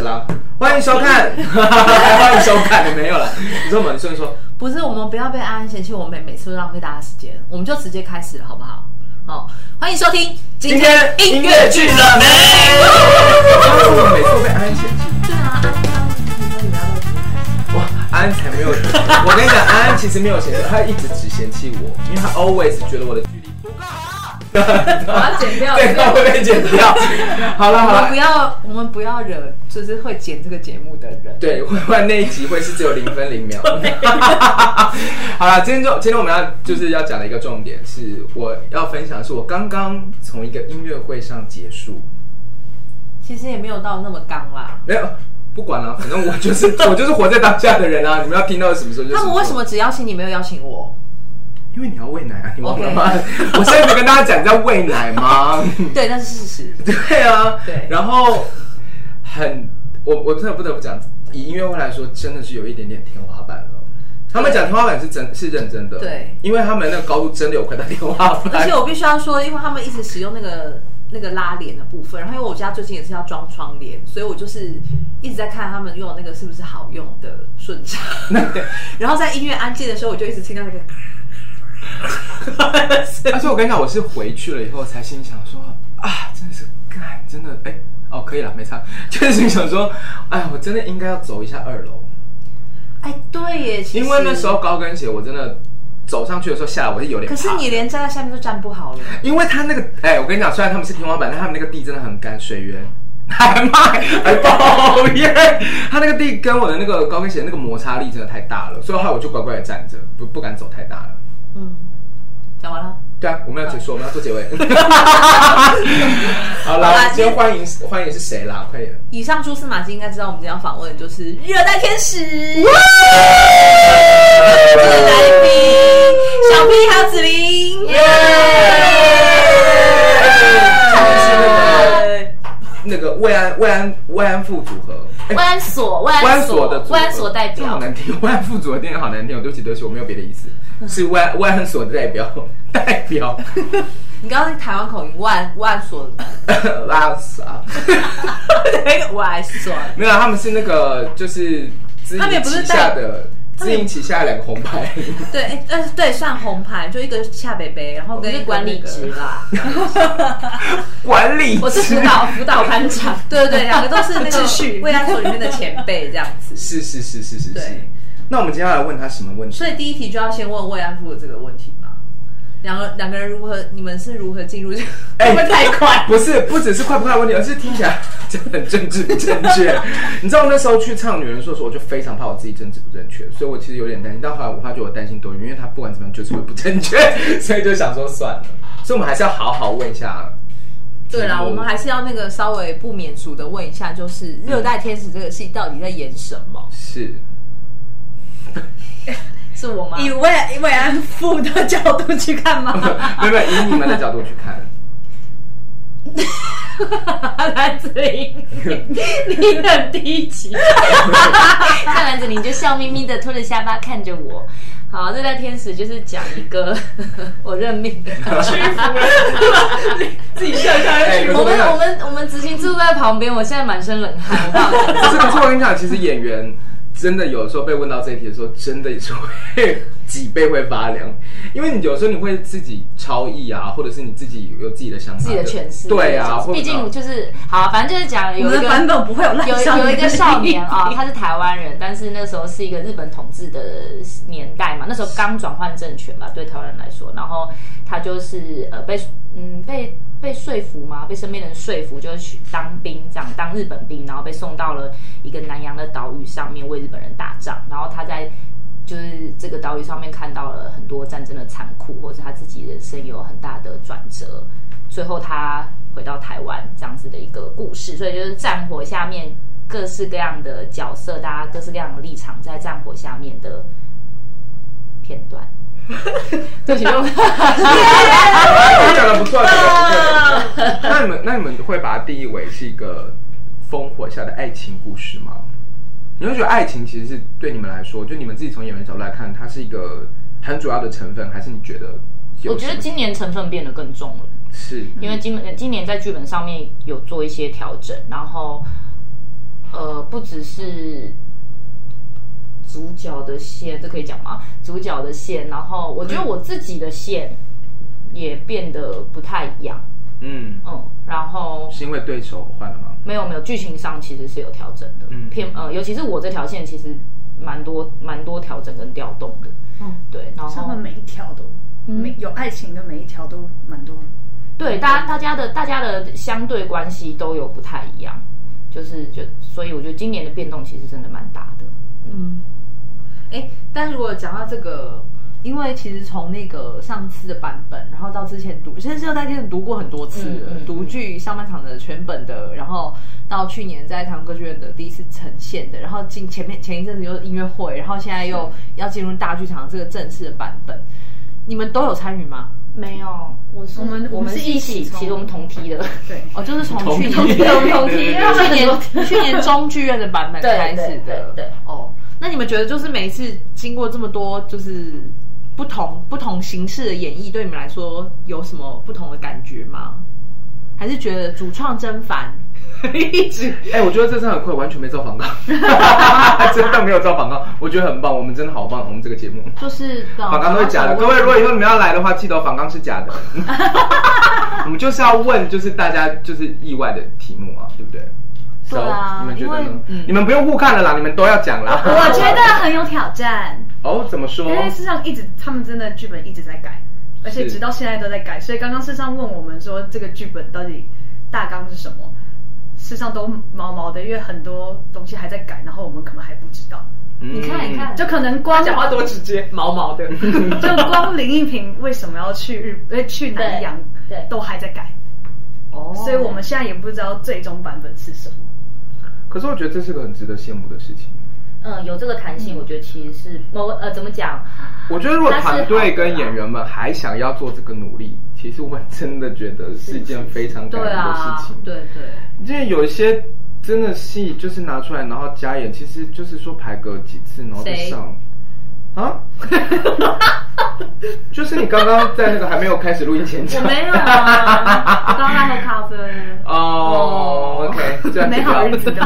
始了，欢迎收看，欢迎收看，没有了。你说嘛？你说， 不是，我们不要被安安嫌弃，我们每次都浪费大家时间，我们就直接开始了，好不好？好，欢迎收听今天音乐剧了没？我们每次都被安安嫌弃。 对啊，安，你说你们要不要直接开始？ 哇，安安才没有，我跟你讲，安安其实没有嫌弃，他一直只嫌弃我，因为他 always 觉得我的距离不够好。 我要剪掉， 对，会被剪掉。好了， 我们不要惹，就是会剪这个节目的人。 对，不然那一集会是只有0分0秒。好了，今天我们要讲的一个重点是，我要分享的是我刚刚从一个音乐会上结束。 其实也没有到那么刚啦。 没有。不管了，反正我就是活在当下的人啊！你们要听到什么时候就什么时候。他们为什么只邀请你，没有邀请我？ 因为你要喂奶啊，你忘了吗？ Okay. 我现在没跟大家讲你在喂奶吗？ 对，那是事实。 对啊， 对。 然后我真的不得不讲，以音乐会来说，真的是有一点点天花板了。他们讲天花板是认真的，对，因为他们那个高度真的有快到天花板。 而且我必须要说，因为他们一直使用那个拉帘的部分，然后因为我家最近也是要装窗帘，所以我就是一直在看他们用的那个是不是好用的顺畅。对，然后在音乐安静的时候，我就一直听到那个。 而且我跟你讲，我是回去了以后才心想说啊，真的是干，真的可以了，没差。就是心想说，我真的应该要走一下2楼。 对耶，其实因为那时候高跟鞋我真的走上去的时候下来我是有点怕。 可是你连站在下面都站不好了。 因为他那个我跟你讲，虽然他们是天花板，但他们那个地真的很干，水源还抱怨。他那个地跟我的那个高跟鞋那个摩擦力真的太大了，所以后来我就乖乖的站着，不敢走太大了。 讲完了。 对啊，我们要结束，我们要做结尾。好啦，今天欢迎是谁啦？快点！ 以上蛛丝马迹应该知道，我们今天要访问的就是热带天使。来宾小 P 还有子琳。 那个慰安妇组合， 慰安所代表， 好难听，慰安妇组合电影好难听，对不起，我没有别的意思，是慰安所的代表。 你刚刚台湾口音，慰安所， 拉萨， 那个慰安所， 没有，他们是那个就是资营旗下的。自营旗下2个红牌， 对，算红牌，就一个恰北北，然后跟一个管理职啦， 管理职， 我是辅导班长， 对，两个都是那个慰安所里面的前辈，这样子。 是。对，那我们接下来问他什么问题？ 所以第一题就要先问慰安妇的这个问题嘛。两个人你们是如何进入？会不会太快？ 不只是快不快的问题，而是听起来真的很政治不正确。你知道那时候去唱《女人说》的时候，我就非常怕我自己政治不正确，所以我其实有点担心。但后来我发觉我担心多余，因为他不管怎么样就是会不正确，所以就想说算了。所以我们还是要好好问一下。 对啦，我们还是要那个稍微不免俗的问一下，就是《热带天使》这个戏到底在演什么？ 是。 是我吗？ 以慰安妇的角度去看吗？ 没有，以你们的角度去看。 蓝子玲，你很低级。像蓝子玲就笑眯眯的拖着下巴看着我。好，热带天使就是讲一个我认命的屈服了，自己笑笑屈服。我们执行住在旁边，我现在满身冷汗。 可是我跟你讲，其实演员。真的有时候被问到这一题的时候，真的也是会脊背会发凉，因为你有时候你会自己超译啊，或者是你自己有自己的想法、 自己的诠释。 对啊， 毕竟就是好，反正就是讲有一个版本不会有一个少年啊，他是台湾人，但是那时候是一个日本统治的年代嘛，那时候刚转换政权嘛，对台湾人来说，然后他就是被说服嘛，被身边人说服，就是去当兵，这样当日本兵，然后被送到了一个南洋的岛屿上面为日本人打仗。然后他在就是这个岛屿上面看到了很多战争的残酷，或者他自己人生有很大的转折。最后他回到台湾这样子的一个故事，所以就是战火下面各式各样的角色，大家各式各样的立场在战火下面的片段。对不起，我讲的不错。那你们会把它定义为是一个烽火下的爱情故事吗？你会觉得爱情其实是对你们来说，就你们自己从演员角度来看，它是一个很主要的成分，还是你觉得？ 我觉得今年成分变得更重了， 是因为今年在剧本上面有做一些调整，然后不只是主角的线，这可以讲吗？主角的线，然后我觉得我自己的线也变得不太一样。然后是因为对手换了吗？ 没有，剧情上其实是有调整的。尤其是我这条线其实蛮多调整跟调动的。对，然后他们每一条都有爱情的，每一条都蛮多。 对，大家的相对关系都有不太一样，所以我觉得今年的变动其实真的蛮大的。 但如果讲到这个，因为其实从那个上次的版本，然后到之前读，现在热带天读过很多次了，读剧上半场的全本的，然后到去年在台湾歌剧院的第一次呈现的，然后前一阵子又音乐会，然后现在又要进入大剧场这个正式的版本，你们都有参与吗？ 没有，我们是一起，其实我们同梯的。 对，就是从去年同梯， 去年中剧院的版本开始的。 对。 那你们觉得就是每一次经过这么多就是不同形式的演绎，对你们来说有什么不同的感觉吗？还是觉得主创真烦？一直我觉得这次很快，完全没照访纲，真的没有照访纲，我觉得很棒，我们真的好棒，我们这个节目就是访纲都是假的。各位如果以后你们要来的话，记得访纲是假的。我们就是要问就是大家就是意外的题目啊，对不对？ 对啊， 你们觉得呢？你们不用互看了啦，你们都要讲啦。 我觉得很有挑战。 怎么说？ 因为事实上他们真的剧本一直在改，而且直到现在都在改。所以刚刚事实上问我们说这个剧本到底大纲是什么，事实上都毛毛的，因为很多东西还在改，然后我们可能还不知道。 你看， 就可能光讲话多直接，毛毛的。 就光林奕萍为什么要去南洋， 对， 都还在改。所以我们现在也不知道最终版本是什么。 可是我觉得这是个很值得羡慕的事情。 有这个弹性，我觉得其实是怎么讲？我觉得如果团队跟演员们还想要做这个努力，其实我真的觉得是一件非常感人的事情。 对， 因为有一些真的戏就是拿出来然后加演，其实就是说排个几次然后就上。就是你刚刚在那个还没有开始录音前讲， 我没有啊，我刚刚在喝咖啡。 OK， 美好日子的。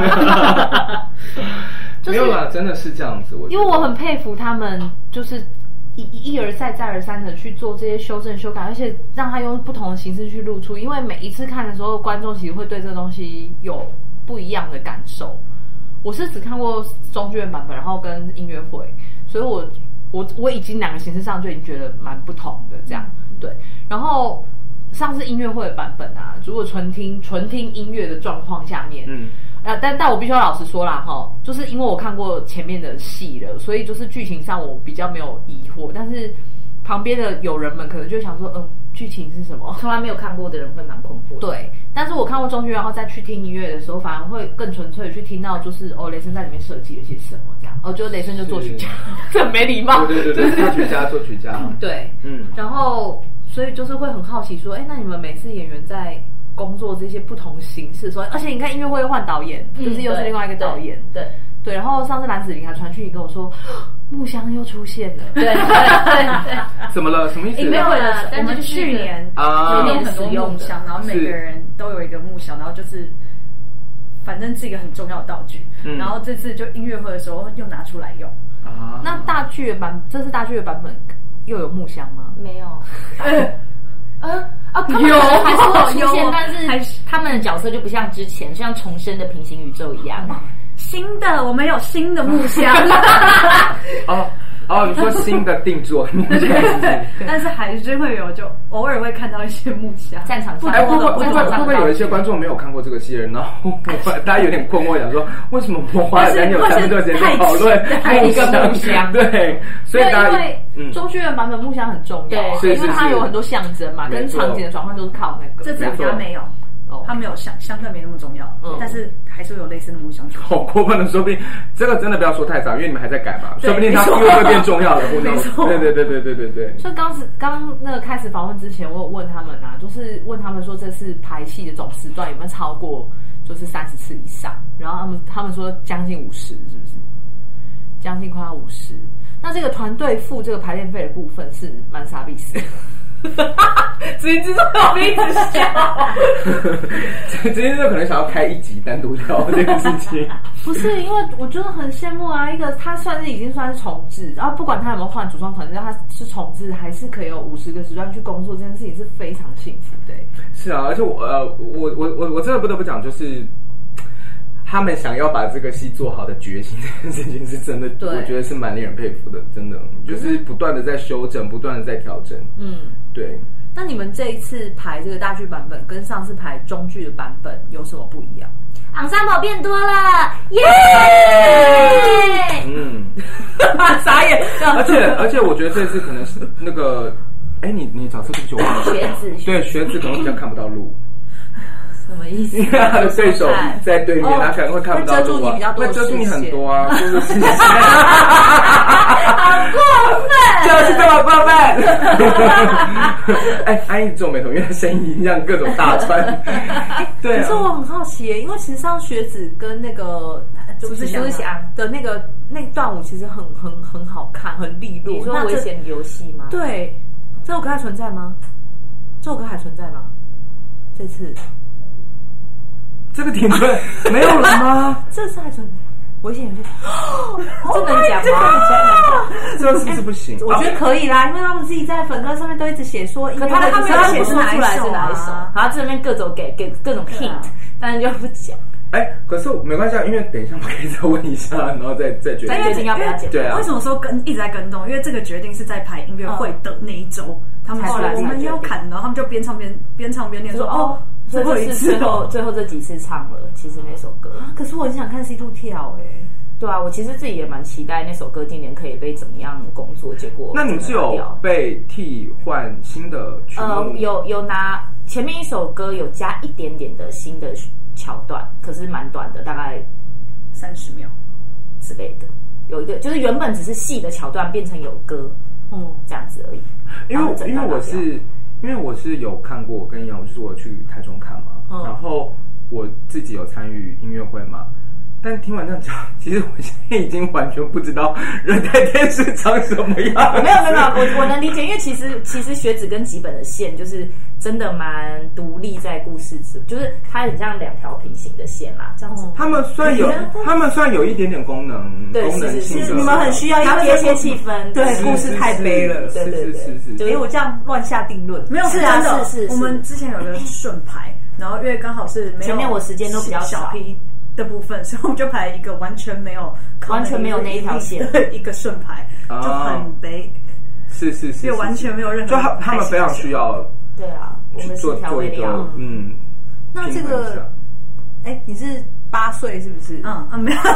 没有啦，真的是这样子。 因为我很佩服他们，就是一而再再而三的去做这些修正修改，而且让他用不同的形式去露出。因为每一次看的时候，观众其实会对这个东西有不一样的感受。我是只看过中剧院版本，然后跟音乐会，所以我已经两个形式上就已经觉得蛮不同的这样。对，然后上次音乐会的版本啊，如果纯听音乐的状况下面，但我必须要老实说啦哈，就是因为我看过前面的戏了，所以就是剧情上我比较没有疑惑，但是旁边的友人们可能就想说，剧情是什么？ 从来没有看过的人会蛮困惑的。 对，但是我看过中剧，然后再去听音乐的时候，反而会更纯粹的去听到，就是雷声在里面设计了些什么这样。就雷声就作曲家，这很没礼貌。 对，作曲家。 对，然后所以就是会很好奇说，那你们每次演员在工作这些不同形式的时候，而且你看音乐会换导演，就是又是另外一个导演。对，然后上次蓝子玲还传讯跟我说，木箱又出现了。对， 怎么了？什么意思？ 音乐会的时候，我们去年有很多木箱，然后每个人都有一个木箱，然后就是反正是一个很重要的道具。然后这次就音乐会的时候又拿出来用。 那这次大剧的版本又有木箱吗？ 没有。 有还是有出现，但是他们的角色就不像之前像重生的平行宇宙一样。 新的，我们有新的木箱。 你说新的定做， 但是还是会有，就偶尔会看到一些木箱。 战场上， 会不会有一些观众没有看过这个戏，然后大家有点困惑，想说为什么我花了3年有3分多时间在讨论一个木箱？ 对，所以大家中剧院版本木箱很重要，因为它有很多象征嘛，跟场景的转换都是靠那个。 这次家没有。它没有相对没那么重要，但是还是有类似的木箱。 好过分的，说不定这个真的不要说太早，因为你们还在改嘛，说不定它又会变重要的。 没错， 对。 所以刚那个开始访问之前，我有问他们啊，就是问他们说这次排戏的总时段有没有超过就是30次以上，然后他们说将近50，是不是？将近快要50。那这个团队付这个排练费的部分是蛮傻逼死。 执行制作我一直笑， 执行制作可能想要开一集单独聊这个事情。 不是因为我觉得很羡慕啊，一个他已经算是重置，然后不管他有没有换主创团队，他是重置还是可以有50个时段去工作，这件事情是非常幸福的。 是啊，而且我真的不得不讲，就是他们想要把这个戏做好的决心，这件事情是真的，我觉得是蛮令人佩服的，真的就是不断的在修正，不断的在调整。对。 那你们这一次排这个大剧版本跟上次排中剧的版本有什么不一样 ？ensemble 变多了，耶！ 傻眼。 而且我觉得这次可能是那个，你角色对不起我忘了， 学子对学子可能比较看不到路。 什么意思？ 因为他的对手在对面，他可能会看不到路啊，会遮住你很多啊，就是视线。 好过分， 就是这么过分。安逸皱眉头，因为他声音这样各种大穿。对。 可是我很好奇耶，因为其实上学子跟那个苏志祥的那段舞其实很好看，很利落。 你说危险游戏吗？ 对，这首歌还存在吗？这次。 这个停顿没有了吗？ 这次还存危险游戏， 这能讲吗？ 这是不是不行？ 我觉得可以啦，因为他们自己在粉专上面都一直写说， 可他没有写出来是哪一首，然后这边各种给各种 hint，但是就不讲。 可是没关系，因为等一下我可以再问一下，然后再决定要不要剪。 对啊， 为什么说一直在跟动？因为这个决定是在排音乐会的那一周，他们说我们要砍，然后他们就边唱边念说最后一次最后这几次唱了，其实那首歌。 可是我很想看 C2 跳对啊，我其实自己也蛮期待那首歌今年可以被怎么样工作，结果那你们是有被替换新的曲目？ 有拿前面一首歌有加一点点的新的桥段，可是蛮短的，大概 30秒之类的。有一个就是原本只是戏的桥段变成有歌，这样子而已。 因为我是有看过，我跟你讲，就是我去台中看嘛，然后我自己有参与音乐会嘛。但听完这样讲，其实我现在已经完全不知道热带天使长什么样。 没有，我能理解，因为其实学子跟吉本的线就是真的蛮独立在故事就是它很像2条平行的线啦，这样子。 他们虽然有一点点功能性的， 你们很需要贴一些气氛， 对，故事太悲了， 对， 所以我这样乱下定论， 没有是真的。我们之前有个顺排，然后因为刚好是没有前面我时间都比较小 P 的部分，所以我们就排一个完全没有那一条线的一个顺排，就很悲。 是， 因为完全没有任何， 就他们非常需要。 对啊，我们是调味料。 那这个，你是8岁是不是？ 没有，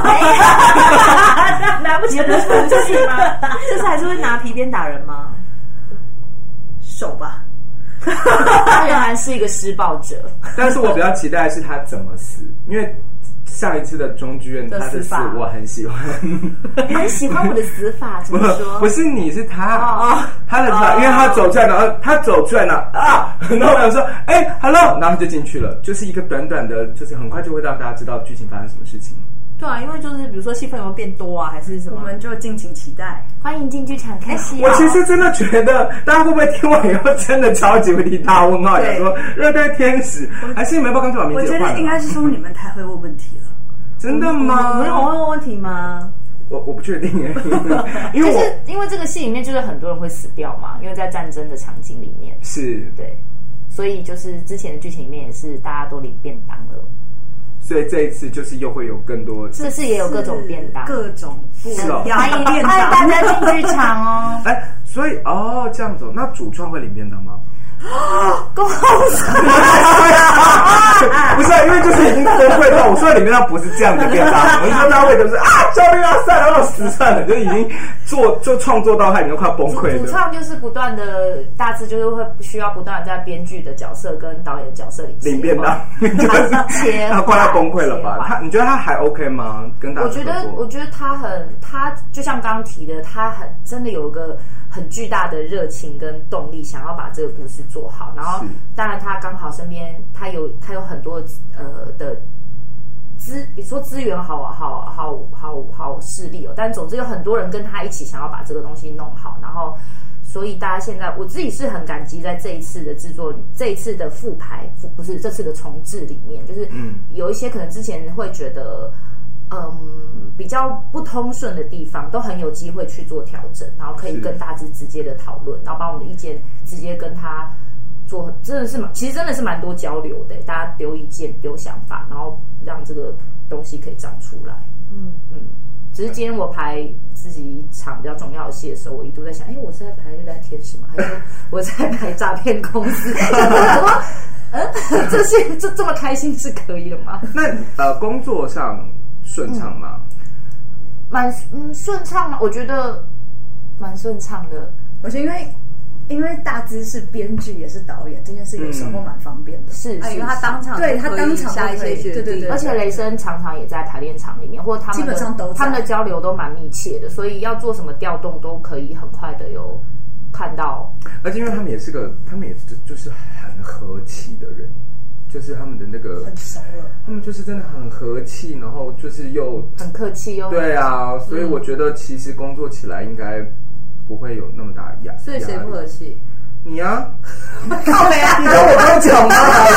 来不及了，不是吗？这次还是会拿皮鞭打人吗？ 手吧。 他仍然是一个施暴者， 但是我比较期待的是他怎么死，因为上一次的中剧院他的死我很喜欢。 你很喜欢我的死法？怎么说？ 不是你是他，他的死法，因为他走出来，然后他走出来了然后我想说，hello， 然后他就进去了，就是一个短短的，就是很快就会让大家知道剧情发生什么事情。 对啊，因为就是比如说戏份有没有变多啊，还是什么， 我们就敬请期待。 欢迎进剧场看戏。 我其实真的觉得，大家会不会听完以后真的超级无敌大问号，想说热带天使，还是你们要不要干脆把名字换了？ 我觉得应该是说你们太会问问题了。 真的吗？ 我们会问问题吗？ 我不确定因为这个戏里面就是很多人会死掉嘛，因为在战争的场景里面是对，所以就是之前的剧情里面也是大家都领便当了。 所以这一次就是又会有更多， 这次也有各种便当， 各种不一样， 欢迎大家进剧场哦。 所以这样子，那主创会领便当吗？ 恭喜！ 不是，因为就是已经崩溃到我说的里面它不是这样的便当，我就说他为的是救命啊，算了，死算了，就已经就创作到他已经快崩溃了。 主创就是不断的，大致就是会需要不断的在编剧的角色跟导演的角色里领便当，他快要崩溃了吧？你觉得他还 OK 吗？跟大家我觉得他就像刚刚提的，他真的有一个很巨大的热情跟动力，想要把这个故事做好。然后，当然他刚好身边他有很多的比如说资源好势力但总之有很多人跟他一起想要把这个东西弄好。然后， 所以大家现在我自己是很感激，在这一次的制作里，这一次的复排不是这次的重制里面，就是有一些可能之前会觉得比较不通顺的地方，都很有机会去做调整，然后可以跟大致直接的讨论，然后把我们的意见直接跟他做，真的是其实真的是蛮多交流的，大家丢意见丢想法，然后让这个东西可以长出来。只是今天我排自己一场比较重要的戏的时候，我一度在想，我是在排热带天使吗？还是我在排诈骗公司？这些这么开心是可以的吗？ 那工作上顺畅吗？ 蛮顺畅吗？我觉得蛮顺畅的。 我觉得因为大芝是编剧也是导演，这件事有时候蛮方便的。 是， 因为他当场对他当场下一些决定， 对， 而且雷声常常也在排练场里面，或者他们基本上都在， 他们的交流都蛮密切的，所以要做什么调动都可以很快的有看到。 而且因为他们也就是很和气的人，就是他们的那个很熟了， 他们就是真的很和气，然后就是又很客气又对啊，所以我觉得其实工作起来应该不会有那么大压力。 所以谁不和气？ 你啊， 靠北啊！ 你跟我不用讲吗？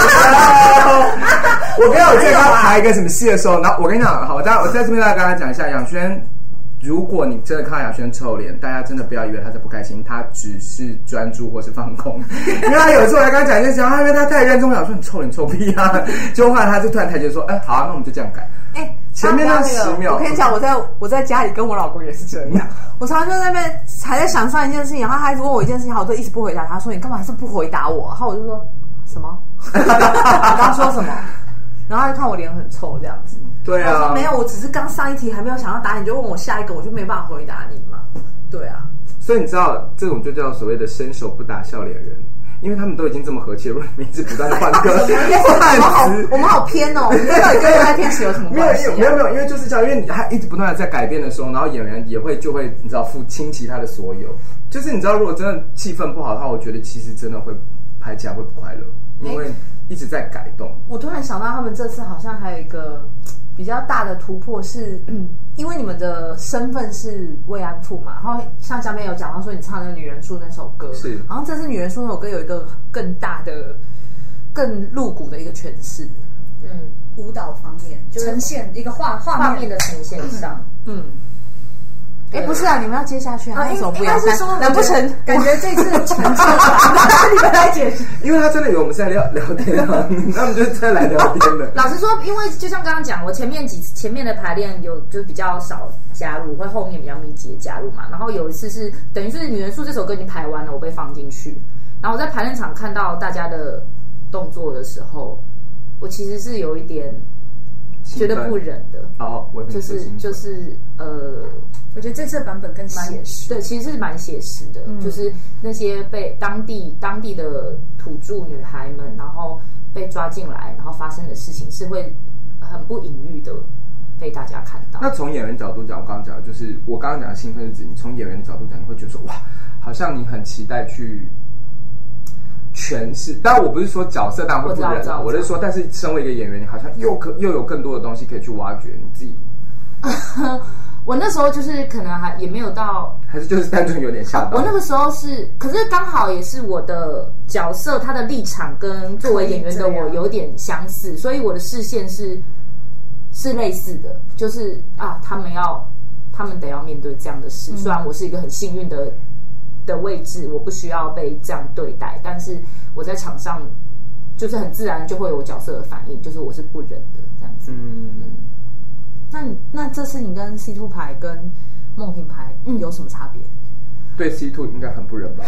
我跟我在他排一个什么戏的时候，然后我跟你讲，好，我在这边再跟他讲一下，杨轩，如果你真的看到杨轩臭脸，大家真的不要以为他是不开心，他只是专注或是放空。因为他有一次我来跟他讲一件事，因为他太认真，我想说你臭脸臭屁啊，就后来他就突然抬起说，好啊，那我们就这样改。前面那10秒， 我跟你讲，我在家里跟我老公也是这样。我常常就在那边还在想上一件事情，然后他一直问我一件事情，我都一直不回答他，说你干嘛还是不回答我？然后我就说什么？你刚刚说什么？然后他就看我脸很臭这样子。 对啊， 我说没有，我只是刚上一题还没有想到答案，你就问我下一个，我就没办法回答你嘛。对啊， 所以你知道这种就叫所谓的伸手不打笑脸人。因为他们都已经这么和气了，如果你们一直不断的换歌， 我们好偏哦。我们到底跟热带天使有什么关系？ 没有，因为就是这样，因为你还一直不断的在改变的时候，然后演员就会你知道倾其他的所有。就是你知道，如果真的气氛不好的话，我觉得其实真的会拍起来会不快乐，因为一直在改动。 我突然想到，他们这次好像还有一个比较大的突破是，因为你们的身份是慰安妇嘛，然后像江妹有讲到说你唱的《女人树》那首歌， 是， 好像这次《女人树》那首歌有一个更大的、更露骨的一个诠释， 舞蹈方面就呈现一个画面的呈现上， 不是啊，你们要接下去啊？为什么不要？ 应该是说， 难不成感觉这次呈现，你们来解释？ 因为他真的以为我们是在聊天啊，他们就是在来聊天的。 老实说，因为就像刚刚讲，我前面的排练就比较少加入，会后面比较密集的加入嘛。然后有一次是等于是《女人树》这首歌已经排完了，我被放进去。然后我在排练场看到大家的动作的时候，我其实是有一点觉得不忍的。就是我觉得这次的版本更写实， 对，其实是蛮写实的，就是那些被当地的土著女孩们，然后被抓进来，然后发生的事情是会很不隐喻的被大家看到。 那从演员角度讲，我刚刚讲的就是我刚刚讲的兴奋是指你从演员的角度讲，你会觉得说哇，好像你很期待去诠释。当然我不是说角色当然会不忍啊，我是说，但是身为一个演员，你好像又有更多的东西可以去挖掘你自己。 我那时候就是可能也没有到， 还是就是单纯有点吓到。 我那个时候是，可是刚好也是我的角色，他的立场跟作为演员的我有点相似，所以我的视线是类似的，就是他们得要面对这样的事。虽然我是一个很幸运的位置，我不需要被这样对待，但是我在场上就是很自然就会有角色的反应，就是我是不忍的这样子。 那这次你跟 C2 牌跟梦婷牌有什么差别？ 对 C2 应该很不忍吧？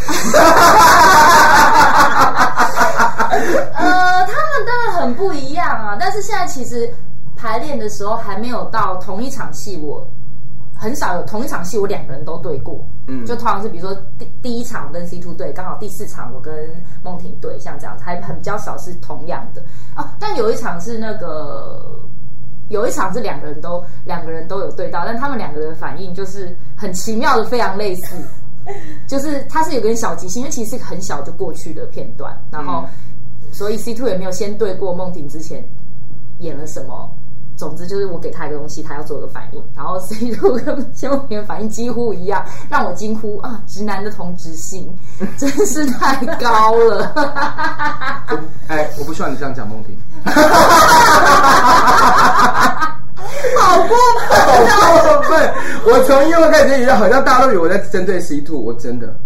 他们当然很不一样啊，但是现在其实排练的时候还没有到同一场戏，我很少有同一场戏我2个人都对过，就通常是比如说第一场跟 C2 对，刚好第4场我跟梦婷对，像这样还比较少是同样的但有一场是有一场是两个人都有对到，但他们2个人的反应就是很奇妙的，非常类似。就是它是有点小即兴，因为其实是很小就过去的片段，然后所以 C2 也没有先对过梦婷之前演了什么总之就是我给他一个东西，他要做个反应，然后 C2 跟谢梦婷的反应几乎一样，让我惊呼啊，直男的同质性真是太高了。 我不需要你这样讲，梦婷。 好过分， 好过分！我从英文开始觉得好像大家都以为我在针对 C2， 我真的。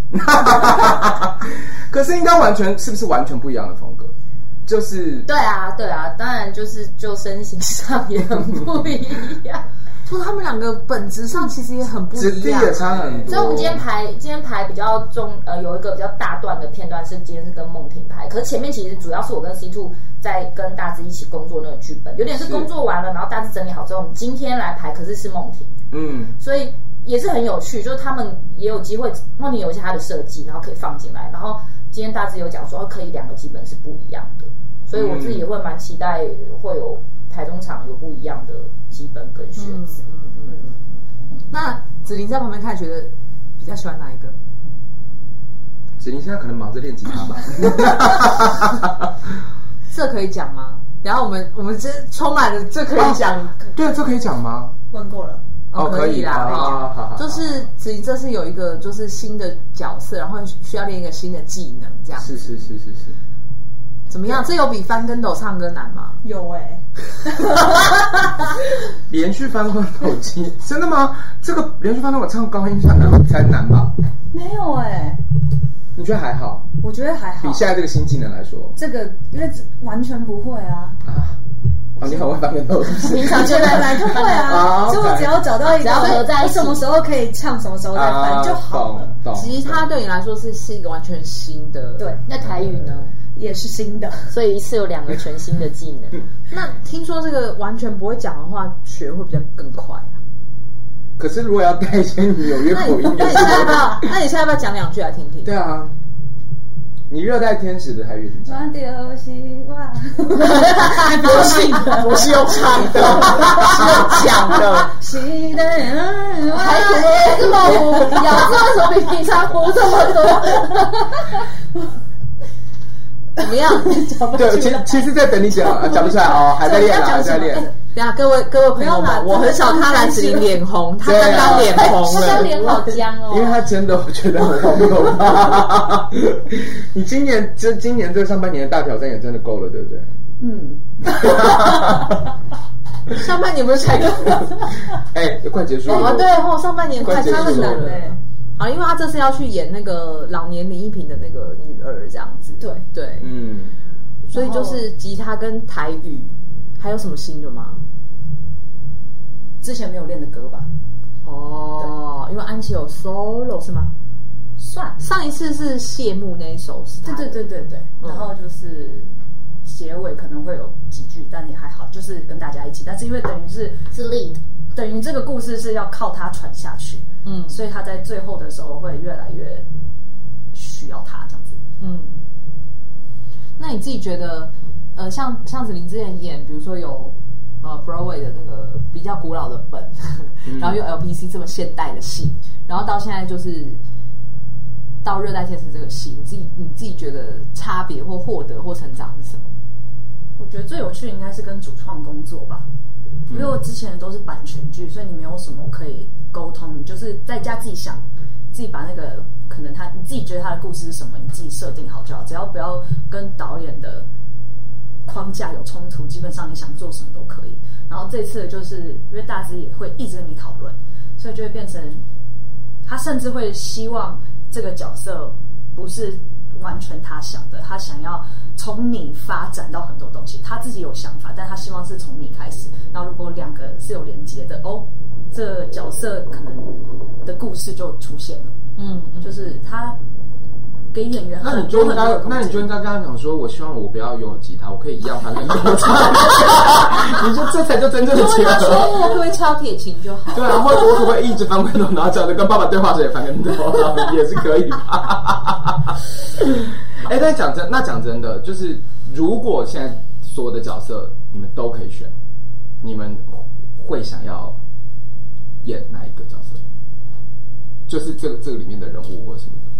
可是应该是不是完全不一样的风格？就是对啊，当然就身形上也很不一样。 就是他们两个本质上其实也很不一样， 质地也差很多。 所以我们今天排比较重，有一个比较大段的片段是今天是跟梦婷排，可是前面其实主要是我跟 C2 在跟大致一起工作那个剧本，有点是工作完了，然后大致整理好之后，我们今天来排，可是梦婷，所以也是很有趣，就是他们也有机会，梦婷有一些他的设计，然后可以放进来，然后今天大致有讲说可以两个基本是不一样的，所以我自己也会蛮期待会有台中场有不一样的基本跟学子。 那子琳在旁边看，觉得比较喜欢哪一个？ 子琳现在可能忙着练吉他吧。 这可以讲吗？然后我们这充满了这可以讲， 对，这可以讲吗？ 问过了。 可以啦，好。就是子琳这是有一个就是新的角色，然后需要练一个新的技能，这样。 是。 怎么样？这有比翻跟斗唱歌难吗？ 有连续翻跟斗机，真的吗？这个连续翻跟我唱高音才难吧？ 没有你觉得还好？ 我觉得还好。 比现在这个新技能来说， 这个因为完全不会啊。 你很会翻跟斗， 平常就本来就会啊，所以我只要找到一个， 合在一起， 什么时候可以唱，什么时候再翻就好了。 吉他对你来说是一个完全新的， 对。 那台语呢？ 也是新的， 所以一次有2个全新的技能。 那听说这个完全不会讲的话，学会比较更快啊。 可是如果要带一些纽约口音， 那你现在要不要讲2句来听听？ 对啊，你热带天使的台语怎么讲？ 不是用唱的，是用讲的。 还这么糊，咬字为什么比平常糊这么多？ 怎么样？ 对，其实在等你讲不出来还在练。 等下各位朋友们，我很少看来子琳脸红，他刚刚脸红了， 他刚脸好僵哦。 因为他真的，我觉得很可怕。你今年这上半年的大挑战也真的够了，对不对？ 上半年不是才快结束了。 对上半年快差很难了。因为他这次要去演那个老年林一平的那个女儿，这样子。对，所以就是吉他跟台语，还有什么新的吗？ 之前没有练的歌吧？ 因为安琪有 solo 是吗？ 算， 上一次是谢幕那一首是他的。 对。然后就是结尾可能会有几句，但也还好，就是跟大家一起。但是因为等于是 lead， 等于这个故事是要靠他传下去。所以他在最后的时候会越来越需要他这样子。 那你自己觉得，像子琳之前演，比如说有Broadway 的那个比较古老的本，然后有 LPC 这么现代的戏，然后到现在就是到热带天使这个戏，你自己觉得差别或获得或成长是什么？ 我觉得最有趣应该是跟主创工作吧。因为我之前都是版权剧，所以你没有什么可以沟通，你就是在家自己想，自己把那个可能你自己觉得他的故事是什么，你自己设定好就好，只要不要跟导演的框架有冲突，基本上你想做什么都可以。然后这次就是因为大致也会一直跟你讨论，所以就会变成他甚至会希望这个角色不是完全他想的，他想要从你发展到很多东西，他自己有想法，但他希望是从你开始。然后如果2个是有连接的，这角色可能的故事就出现了。就是他给演员很多很多的空间。 那你就应该跟他讲说，我希望我不要拥有吉他，我可以一样翻跟斗唱。你说这才叫真正的结合。 我会不会敲铁琴就好？ 对啊，或者我可不可以一直翻跟斗，然后讲着跟爸爸对话时也翻跟斗，也是可以吧？但讲真的，就是如果现在所有的角色你们都可以选，你们会想要演哪一个角色？就是这个里面的人物或者什么的。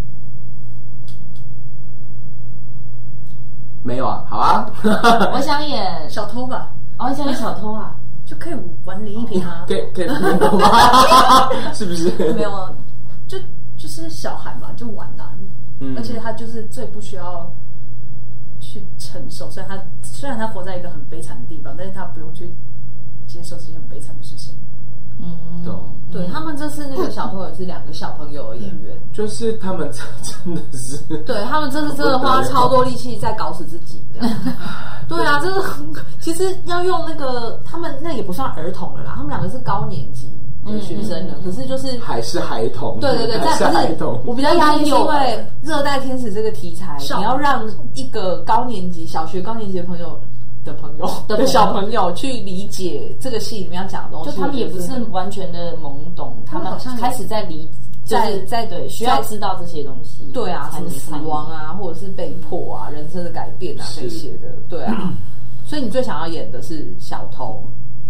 没有啊，好啊。 我想演小偷吧。 我想演小偷啊。 就可以玩林一平啊， 可以吗？是不是？ 没有啊，就是小孩嘛，就玩啊，而且他就是最不需要去承受，虽然他活在一个很悲惨的地方，但是他不用去接受这些很悲惨的事情。 懂。 对，他们这次那个小偷也是2个小朋友的演员， 就是他们真的是， 对他们这次真的花超多力气在搞死自己。对啊，就是其实要用那个，他们那也不算儿童了啦，他们2个是高年级的学生了，可是就是还是孩童。 对， 还是孩童。 我比较压抑，因为热带天使这个题材，你要让一个小学高年级的小朋友去理解这个戏里面要讲的东西， 就他们也不是完全的懵懂，他们开始在对需要知道这些东西。 对啊，什么死亡啊，或者是被迫啊，人生的改变啊这些的，对啊。所以你最想要演的是小偷。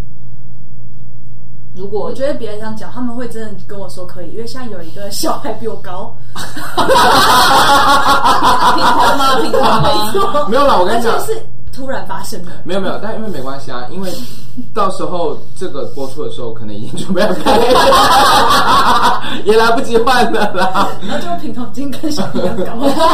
如果我觉得别人这样讲，他们会真的跟我说可以，因为现在有一个小孩比我高。 平头吗？ 没有啦，我跟你讲， 是突然发生的。 没有，但因为没关系啊，因为到时候这个播出的时候，可能已经准备要开了，也来不及换了啦。 然后就平头筋跟小孩一样高。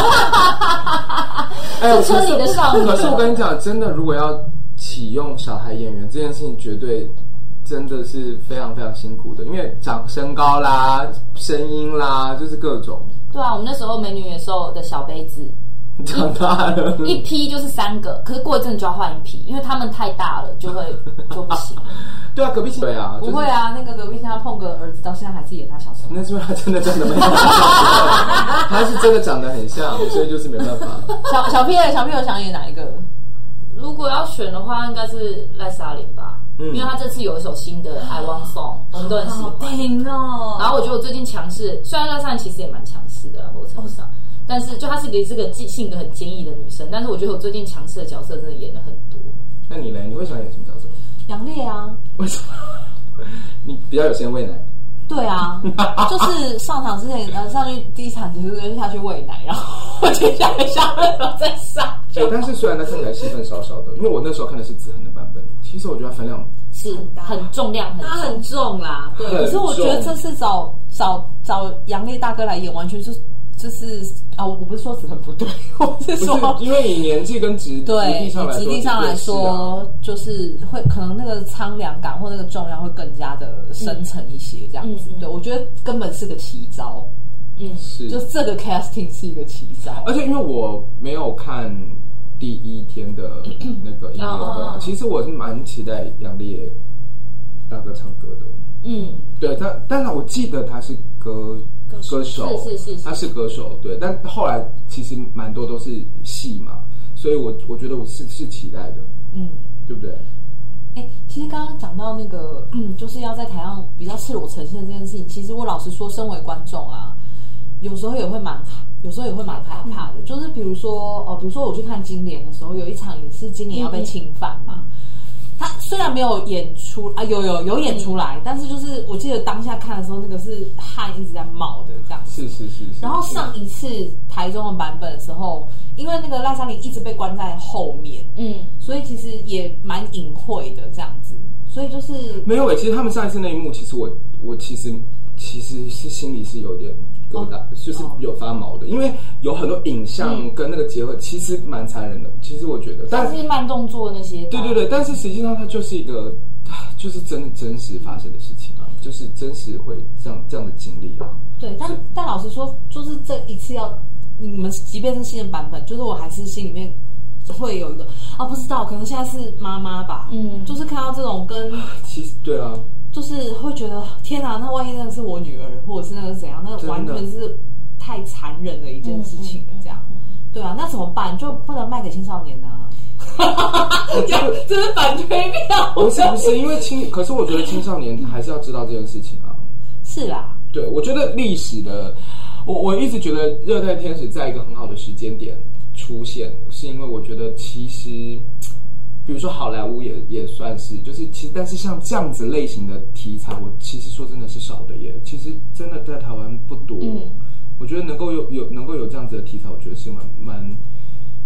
车里的少女。 可是我跟你讲，真的，如果要启用小孩演员这件事情，绝对真的是非常非常辛苦的，因为身高啦、声音啦，就是各种。 对啊，我们那时候美女野兽的小杯子长大了， 一批就是3个，可是过一阵就要换一批，因为他们太大了，就不行。 对啊，隔壁对啊， 不会啊，那个隔壁现在碰个儿子，到现在还是演他小时候。 那是因为他真的长得没像，他是真的长得很像，所以就是没办法。 小屁友想演哪一个？ 如果要选的话，应该是赖莎琳吧。因为他这次有一首新的《I Want Song》，我们都很喜欢。 哦！ 然后我觉得我最近强势，虽然赖莎琳其实也蛮强势的，某程度上，但是就她是个性格很坚毅的女生，但是我觉得我最近强势的角色真的演了很多。 那你嘞？你会想演什么角色？ 杨烈啊。 为什么？你比较有先喂奶。 对啊，就是上场之前，上去第一场就是下去喂奶，然后我接下来下班然后再上。 但是虽然他看起来戏份少少的，因为我那时候看的是子恒的版本，其实我觉得他分量是很重量， 他很重啦。对，可是我觉得这次找杨烈大哥来演，完全就是啊，我不是说子恒不对，我是说， 因为以年纪跟质地上来说， 就是会可能那个苍凉感或那个重量会更加的深层一些，这样子。对，我觉得根本是个奇招。 是， 就这个 casting 是一个奇招。 而且因为我没有看第1天的那个音乐会，其实我是蛮期待杨烈大哥唱歌的。对，但是我记得他是歌手， 是， 他是歌手，对。但后来其实蛮多都是戏嘛，所以我觉得我是期待的，对不对？ 其实刚刚讲到那个，就是要在台上比较赤裸呈现这件事情，其实我老实说，身为观众啊，有时候也会蛮害怕的。就是比如说我去看金莲的时候，有一场也是金莲要被侵犯嘛。他虽然没有演出啊，有演出来，但是就是我记得当下看的时候，那个是汗一直在冒的这样子。是。然后上一次台中的版本的时候，因为那个赖莎琳一直被关在后面，所以其实也蛮隐晦的这样子，所以就是没有其实他们上一次那一幕，其实我其实是心里是有点疙瘩，就是有发毛的，因为有很多影像跟那个结合，其实蛮残忍的。其实我觉得， 但是慢动作那些， 对，但是实际上它就是一个，就是真实发生的事情啊，就是真实会这样的经历啊。 对，但老实说，就是这一次你们即便是新的版本，就是我还是心里面会有一个不知道，可能现在是妈妈吧，就是看到这种跟其实对啊。 就是会觉得天哪，那万一那个是我女儿，或者是那个怎样，那完全是太残忍的一件事情了。这样，对啊，那怎么办？就不能卖给青少年啊？这是反推票。 不是，因为可是我觉得青少年还是要知道这件事情啊。 是啦， 对，我觉得历史的，我一直觉得热带天使在一个很好的时间点出现，是因为我觉得其实。比如说好莱坞也算是，就是其实但是像这样子类型的题材，我其实说真的是少的耶。其实真的在台湾不多，我觉得能够有这样子的题材，我觉得是蛮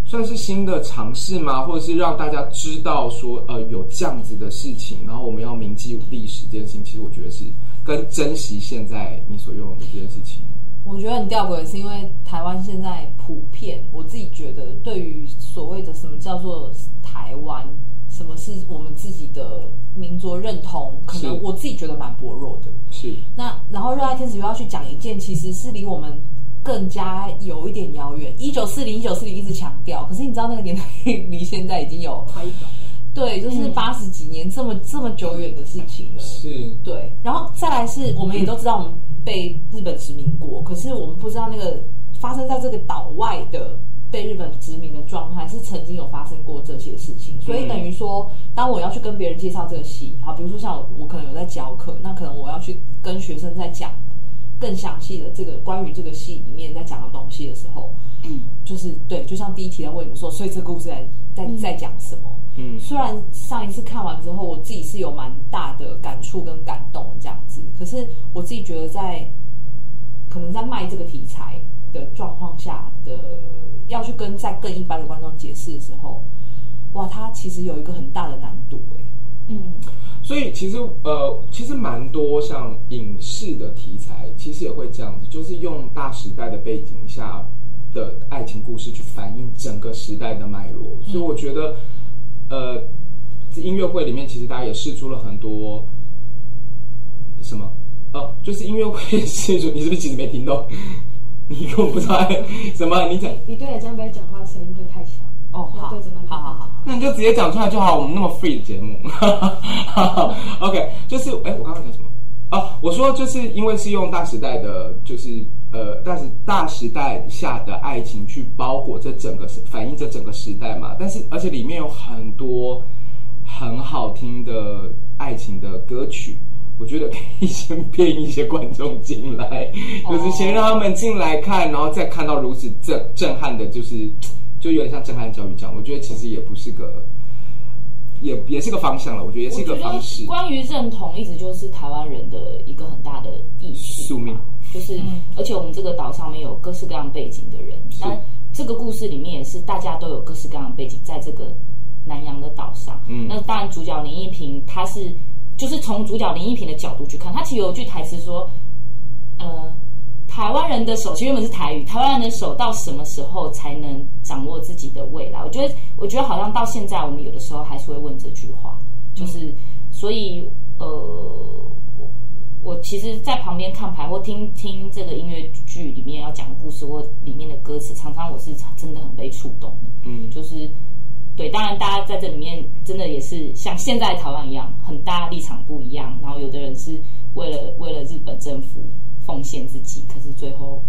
算是新的尝试吗？或者是让大家知道说，有这样子的事情，然后我们要铭记历史这件事情，其实我觉得是跟珍惜现在你所拥有的这件事情。 我觉得很吊诡的是，因为台湾现在普遍，我自己觉得对于所谓的什么叫做台湾，什么是我们自己的民族认同，可能我自己觉得蛮薄弱的。是。那然后热爱天使又要去讲一件，其实是离我们更加有一点遥远。1940一直强调，可是你知道那个年代离现在已经有对，就是80几年这么久远的事情了。是，对。然后再来是我们也都知道我们被日本殖民过，可是我们不知道那个发生在这个岛外的被日本殖民的状态是曾经有发生过这些事情。所以等于说，当我要去跟别人介绍这个戏，好，比如说像我可能有在教课，那可能我要去跟学生在讲更详细的这个关于这个戏里面在讲的东西的时候，就是对，就像第一题在问你们说，所以这个故事在讲什么？虽然上一次看完之后，我自己是有蛮大的感触跟感动这样子，可是我自己觉得可能在卖这个题材的状况下的，要去跟在更一般的观众解释的时候，哇，它其实有一个很大的难度所以其实蛮多像影视的题材，其实也会这样子，就是用大时代的背景下的爱情故事去反映整个时代的脉络。所以我觉得，音乐会里面其实大家也释出了很多什么就是音乐会释出，你是不是其实没听懂？你根本不知道什么？你对着张杯讲话声音会太小。 好， 对着麦克风好， 那你就直接讲出来就好。我们那么 free 的节目，OK， 就是我刚刚讲什么？我说就是因为是用大时代的，就是大时代下的爱情去包裹这整个反映这整个时代嘛。但是而且里面有很多很好听的爱情的歌曲。我觉得可以先骗一些观众进来，就是先让他们进来看，然后再看到如此震撼的，就有点像震撼教育这样。我觉得其实也不是个，也是个方向了。我觉得也是一个方式。 关于认同，一直就是台湾人的一个很大的意识宿命， 就是而且我们这个岛上面有各式各样背景的人，那这个故事里面也是大家都有各式各样的背景，在这个南洋的岛上。那当然主角林一平他是。就是从主角林一平的角度去看，他其实有句台词说，台湾人的手，其实原本是台语，台湾人的手到什么时候才能掌握自己的未来？我觉得好像到现在，我们有的时候还是会问这句话，就是所以我其实，在旁边看牌或听这个音乐剧里面要讲的故事或里面的歌词，常常我是真的很被触动的，就是。对，当然，大家在这里面真的也是像现在台湾一样，很大立场不一样。然后有的人是为了日本政府奉献自己，可是最后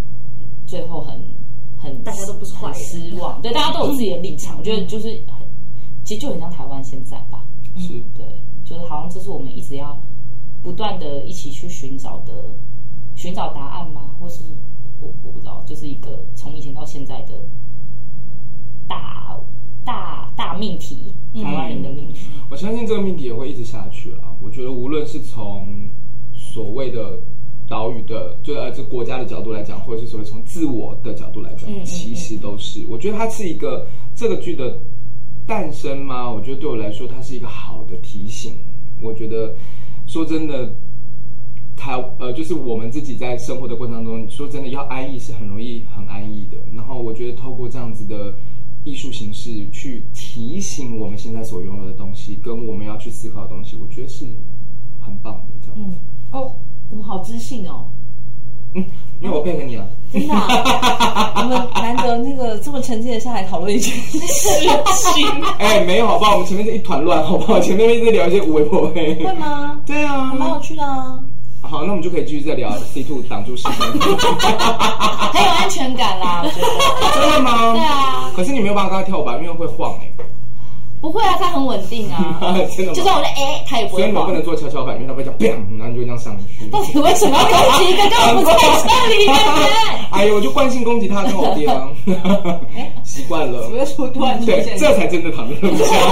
很大家都不是坏人， 失望。对，大家都有自己的立场。我觉得其实就很像台湾现在吧。 是， 对，就是好像这是我们一直要不断的一起去寻找答案吗？或是我不知道，就是一个从以前到现在的大命题，台湾人的命题。 我相信这个命题也会一直下去了。我觉得无论是从所谓的岛屿的，这国家的角度来讲，或者是所谓从自我的角度来讲，其实都是。我觉得它是一个这个剧的诞生吗？我觉得对我来说，它是一个好的提醒。我觉得说真的，就是我们自己在生活的过程当中，说真的要安逸是很容易很安逸的。然后我觉得透过这样子的艺术形式去提醒我们现在所拥有的东西，跟我们要去思考的东西，我觉得是很棒的。这样子。 我们好知性哦。 因为我配合你啊。 真的我们难得那个这么沉静的下来讨论一件事情。 没有好不好？我们前面是一团乱好不好？前面一直聊一些无为不为。 会吗？ 对啊， 蛮有趣的啊。 好，那我们就可以继续再聊 C2 挡住时间。 很有安全感啦，我觉得。 真的吗？ 对啊。 可是你没有办法跟他跳吧，因为会晃不会啊，他很稳定啊。 真的吗？ 就算我说他也不会晃。 所以你们不能做跷跷板，因为他会这样 bang， 然后你就这样上去。 到底为什么要攻击一个根本不在这里的人？ 哎呦，我就惯性攻击他跟我爹啊。习惯了。 不要说突然出现。 对，这才真的躺在路上。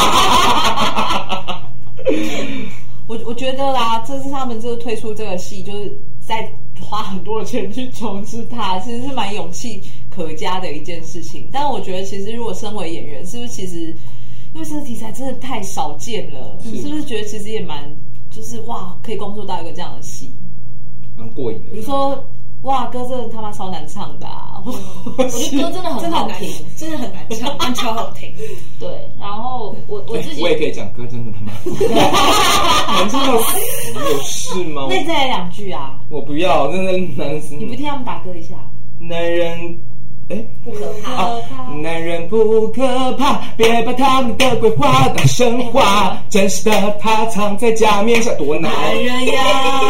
我觉得啦，这是他们这个推出这个戏，就是在花很多的钱去重置它，其实是蛮勇气可嘉的一件事情。但我觉得其实如果身为演员，是不是其实因为这个题材真的太少见了，是不是觉得其实也蛮就是哇，可以工作到一个这样的戏， 蛮过瘾的。 比如说哇，歌真的他妈超难唱的啊！我觉得歌真的很好听， 真的很难唱，但超好听。 对，然后我自己我也可以讲歌，真的他妈难唱到死，有事吗？ 那你再来2句啊！ 我不要，真的难死。 你不听他们打歌一下？ 男人。 不可怕男人不可怕，别把他们的鬼话当神话，真实的他藏在假面下，多难人呀！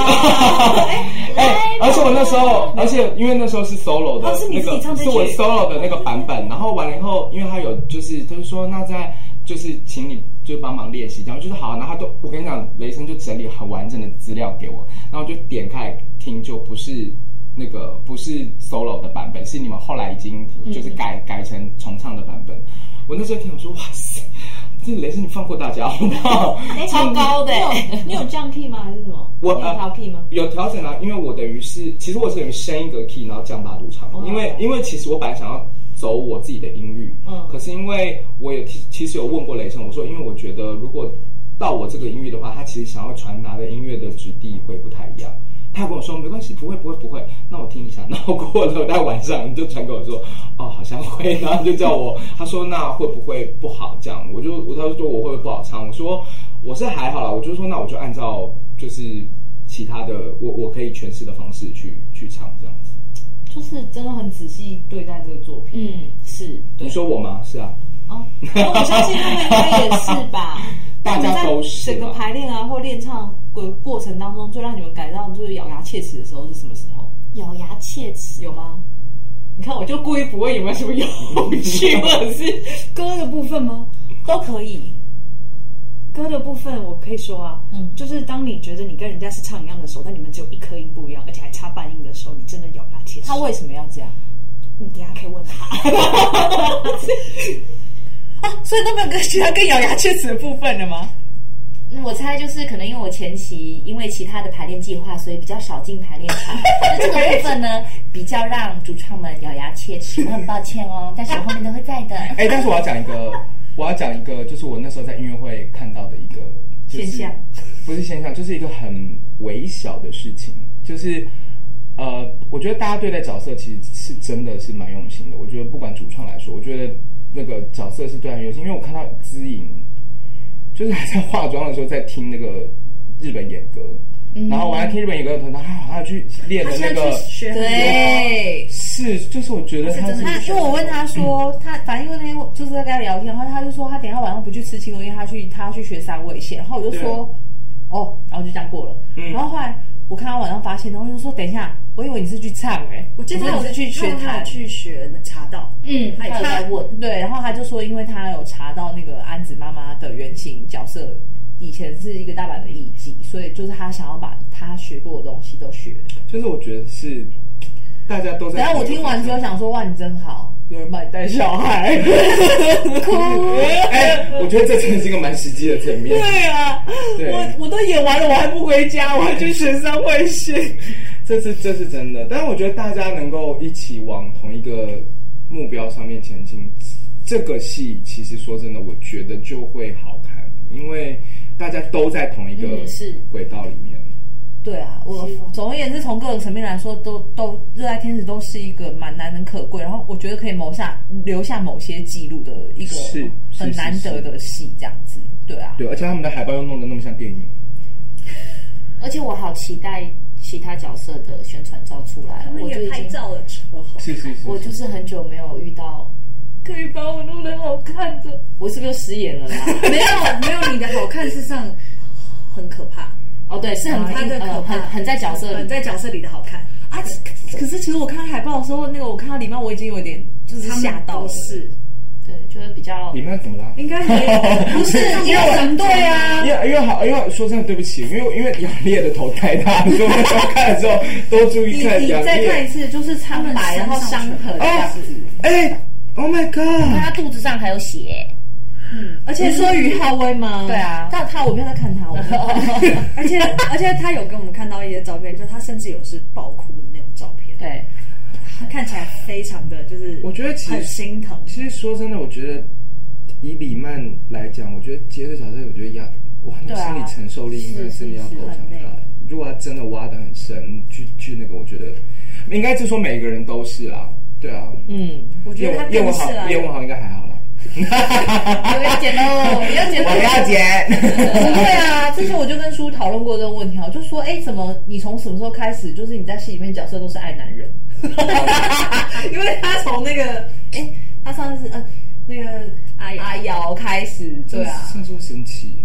而且我那时候，因为那时候是 solo 的那个，是我 solo 的那个版本，然后完了以后，因为他有他就说那在就是请你就帮忙练习，然后就是好，然后我跟你讲，雷声就整理很完整的资料给我，然后我就点开听，就不是 solo 的版本，是你们后来已经就是改成重唱的版本。我那时候听我说，哇塞，这雷声你放过大家好不好？ 超高的，你有降 key 吗？还是什么？ 我有调 key 吗？ 有调整啊，因为我等于是，其实我是等于升一个 key， 然后降8度唱，因为其实我本来想要走我自己的音域，可是因为我也其实有问过雷声，我说因为我觉得如果到我这个音域的话，他其实想要传达的音乐的质地会不太一样。他跟我说没关系，不会，那我听一下。然后过了在晚上你就传给我说，哦，好像会，然后就叫我，他说那会不会不好这样？他就说我会不会不好唱？我说我是还好啦，我就说那我就按照就是其他的我可以诠释的方式去唱这样子。 就是真的很仔细对待这个作品。是。 你说我吗？是啊。 哦，我相信他们应该也是吧。 大家都是。 整个排练啊或练唱过程当中，最让你们感到就是咬牙切齿的时候是什么时候？ 咬牙切齿有吗？你看，我就故意不问有没有什么有趣，或者是歌的部分吗？ 都可以。 歌的部分我可以说啊，就是当你觉得你跟人家是唱一样的时候，但你们只有一颗音不一样，而且还差半音的时候，你真的咬牙切齿。 他为什么要这样？ 你等一下可以问他。所以都没有其他更咬牙切齿的部分了吗？ 我猜就是可能因为我前期因为其他的排练计划，所以比较少进排练场。那这个部分呢，比较让主创们咬牙切齿。我很抱歉哦，但是我后面都会在的。 但是我要讲一个，就是我那时候在音乐会看到的一个、就是、 现象， 不是现象，就是一个很微小的事情，就是我觉得大家对待角色其实是真的是蛮用心的。我觉得不管主创来说，我觉得那个角色是对他用心，因为我看到姿颖。就是还在化妆的时候在听那个日本演歌，然后我还听日本演歌的时候，他好像去练的那个， 对， 是，就是我觉得他因为我问他说，他反正因为那天就是在跟他聊天，然后他就说他等一下晚上不去吃青龙，因为他要去学3味线，然后我就说哦，然后就这样过了，然后后来我看他晚上发现，然后我就说等一下，我以为你是去唱我记得你是去学弹， 去学茶道， 他有在问， 对，然后他就说，因为他有查到那个安子妈妈的原型角色以前是一个大阪的艺妓，所以就是他想要把他学过的东西都学， 就是我觉得是大家都在。 然后我听完之后想说，哇，你真好。有人帮你带小孩，哭。 我觉得这真的是一个蛮实际的层面。 对啊，对，我都演完了，我还不回家，我还去学3味线。 这是真的，但是我觉得大家能够一起往同一个目标上面前进，这个戏其实说真的，我觉得就会好看，因为大家都在同一个轨道里面。对啊，我总而言之，从各个层面来说，都热爱天使都是一个蛮难能可贵，然后我觉得可以留下某些记录的一个很难得的戏，这样子。对啊，对，而且他们的海报又弄得那么像电影， 而且我好期待其他角色的宣传照出来， 我就拍照了，超好。 是， 我就是很久没有遇到可以把我弄得好看的，我是不是失言了啦？ 没有，你的好看事实上很可怕。 哦，对，是很在角色里， 很在角色里的好看啊！可是其实我看海报的时候，那个我看到里面我已经有点就是吓到了， 是， 对，就会比较里面怎么了？ 应该不是因为对啊， 因为说真的对不起，因为杨烈的头太大，所以我看的时候都注意看。 你再看一次，就是苍白，然后伤痕这样子。 Oh my god！ 他肚子上还有血。 而且说于浩威吗？ 对啊， 我没有在看他， 而且他有跟我们看到一些照片，就他甚至有是爆哭的那种照片。 对， 看起来非常的就是我觉得其实很心疼。 其实说真的，我觉得以李曼来讲，我觉得接这角色，我觉得哇，那心理承受力应该真的要够强大。如果他真的挖得很深，去那个，我觉得应该是说每个人都是啦，对啊， 我觉得他更是啦。 叶文豪应该还好啦。 我要剪喽， 我要剪。 不会啊，之前我就跟叔讨论过这个问题，我就说，怎么你从什么时候开始，就是你在戏里面角色都是爱男人？因为他从那个，他上次是那个阿瑶开始，对啊， 上次会生气。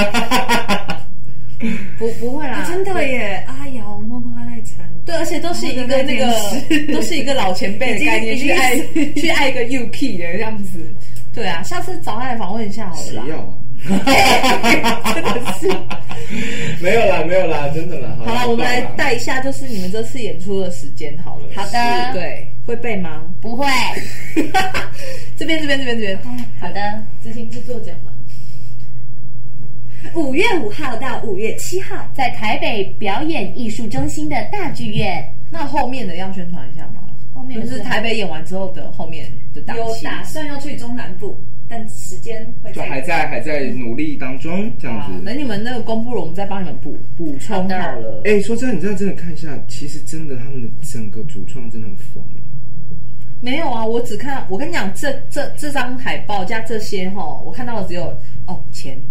不会啦， 真的耶，阿瑶梦花奈惨， 对，而且都是一个那个，都是一个老前辈的概念，去爱一个 UK 的这样子。对啊，下次找他来访问一下好了啦。 谁要啊？ 真的是没有啦，真的啦。 好了，我们来带一下，就是你们这次演出的时间好了。 好的， 对，会背吗？ 不会。 这边。 好的， 执行制作奖嘛。 5月5号到5月7号，在台北表演艺术中心的大剧院。 那后面的要宣传一下吗？后面就是台北演完之后的后面的档期。 有打算要去中南部，但时间会就还在努力当中，这样子。 等你们那个公布了，我们再帮你们补充好了。 说真的，你这样真的看一下，其实真的他们的整个主创真的很疯。 没有啊，我只看，我跟你讲，这张海报加这些我看到的只有钱。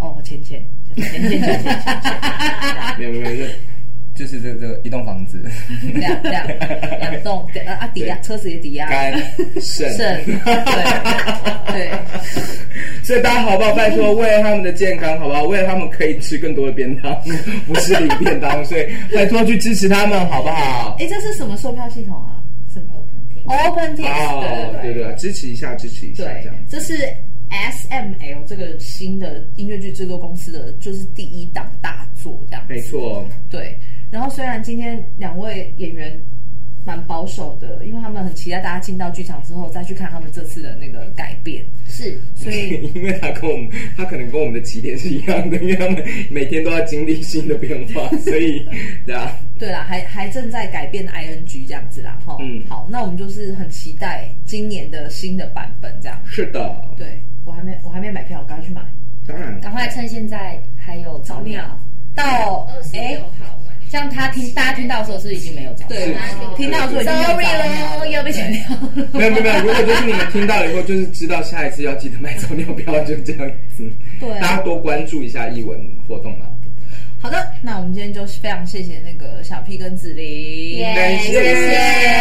没有，就是这个一栋房子， 两栋抵押，车子也抵押， 肝肾， 对， 所以大家好不好？拜托，为了他们的健康，好不好？为了他们可以吃更多的便当，不是领便当，所以拜托去支持他们，好不好？ 这是什么售票系统啊？什么 OpenTix？ 对，支持一下，这样。 这是 SML 这个新的音乐剧制作公司的就是第一档大作，这样子。 没错， 对。然后虽然今天两位演员蛮保守的，因为他们很期待大家进到剧场之后再去看他们这次的那个改变。 是， 所以因为他可能跟我们的起点是一样的，因为他们每天都要经历新的变化，所以对啦，还正在改变 ING 这样子啦，好，那我们就是很期待今年的新的版本这样。 是的， 对，我还没买票，赶快去买。 当然， 赶快趁现在还有早鸟到 26号。 这样大家听到的时候是已经没有早鸟， 对，听到的时候已经没有早鸟了，又被剪掉。 没有，如果就是你们听到以后，就是知道下一次要记得买早鸟票，就这样子。 对， 大家多关注一下艺文活动啦。 好的，那我们今天就非常谢谢那个小 P 跟子琳， 谢谢。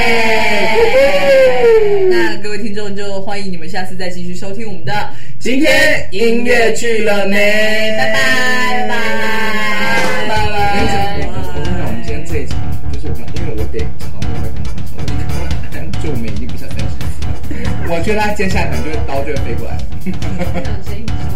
那各位听众就欢迎你们下次再继续收听我们的今天音乐去了没？ 拜拜。 我们今天这一场就是因为我得朝那个我看完就我们已经不想再试了。我觉得他接下来可能刀就会飞过来。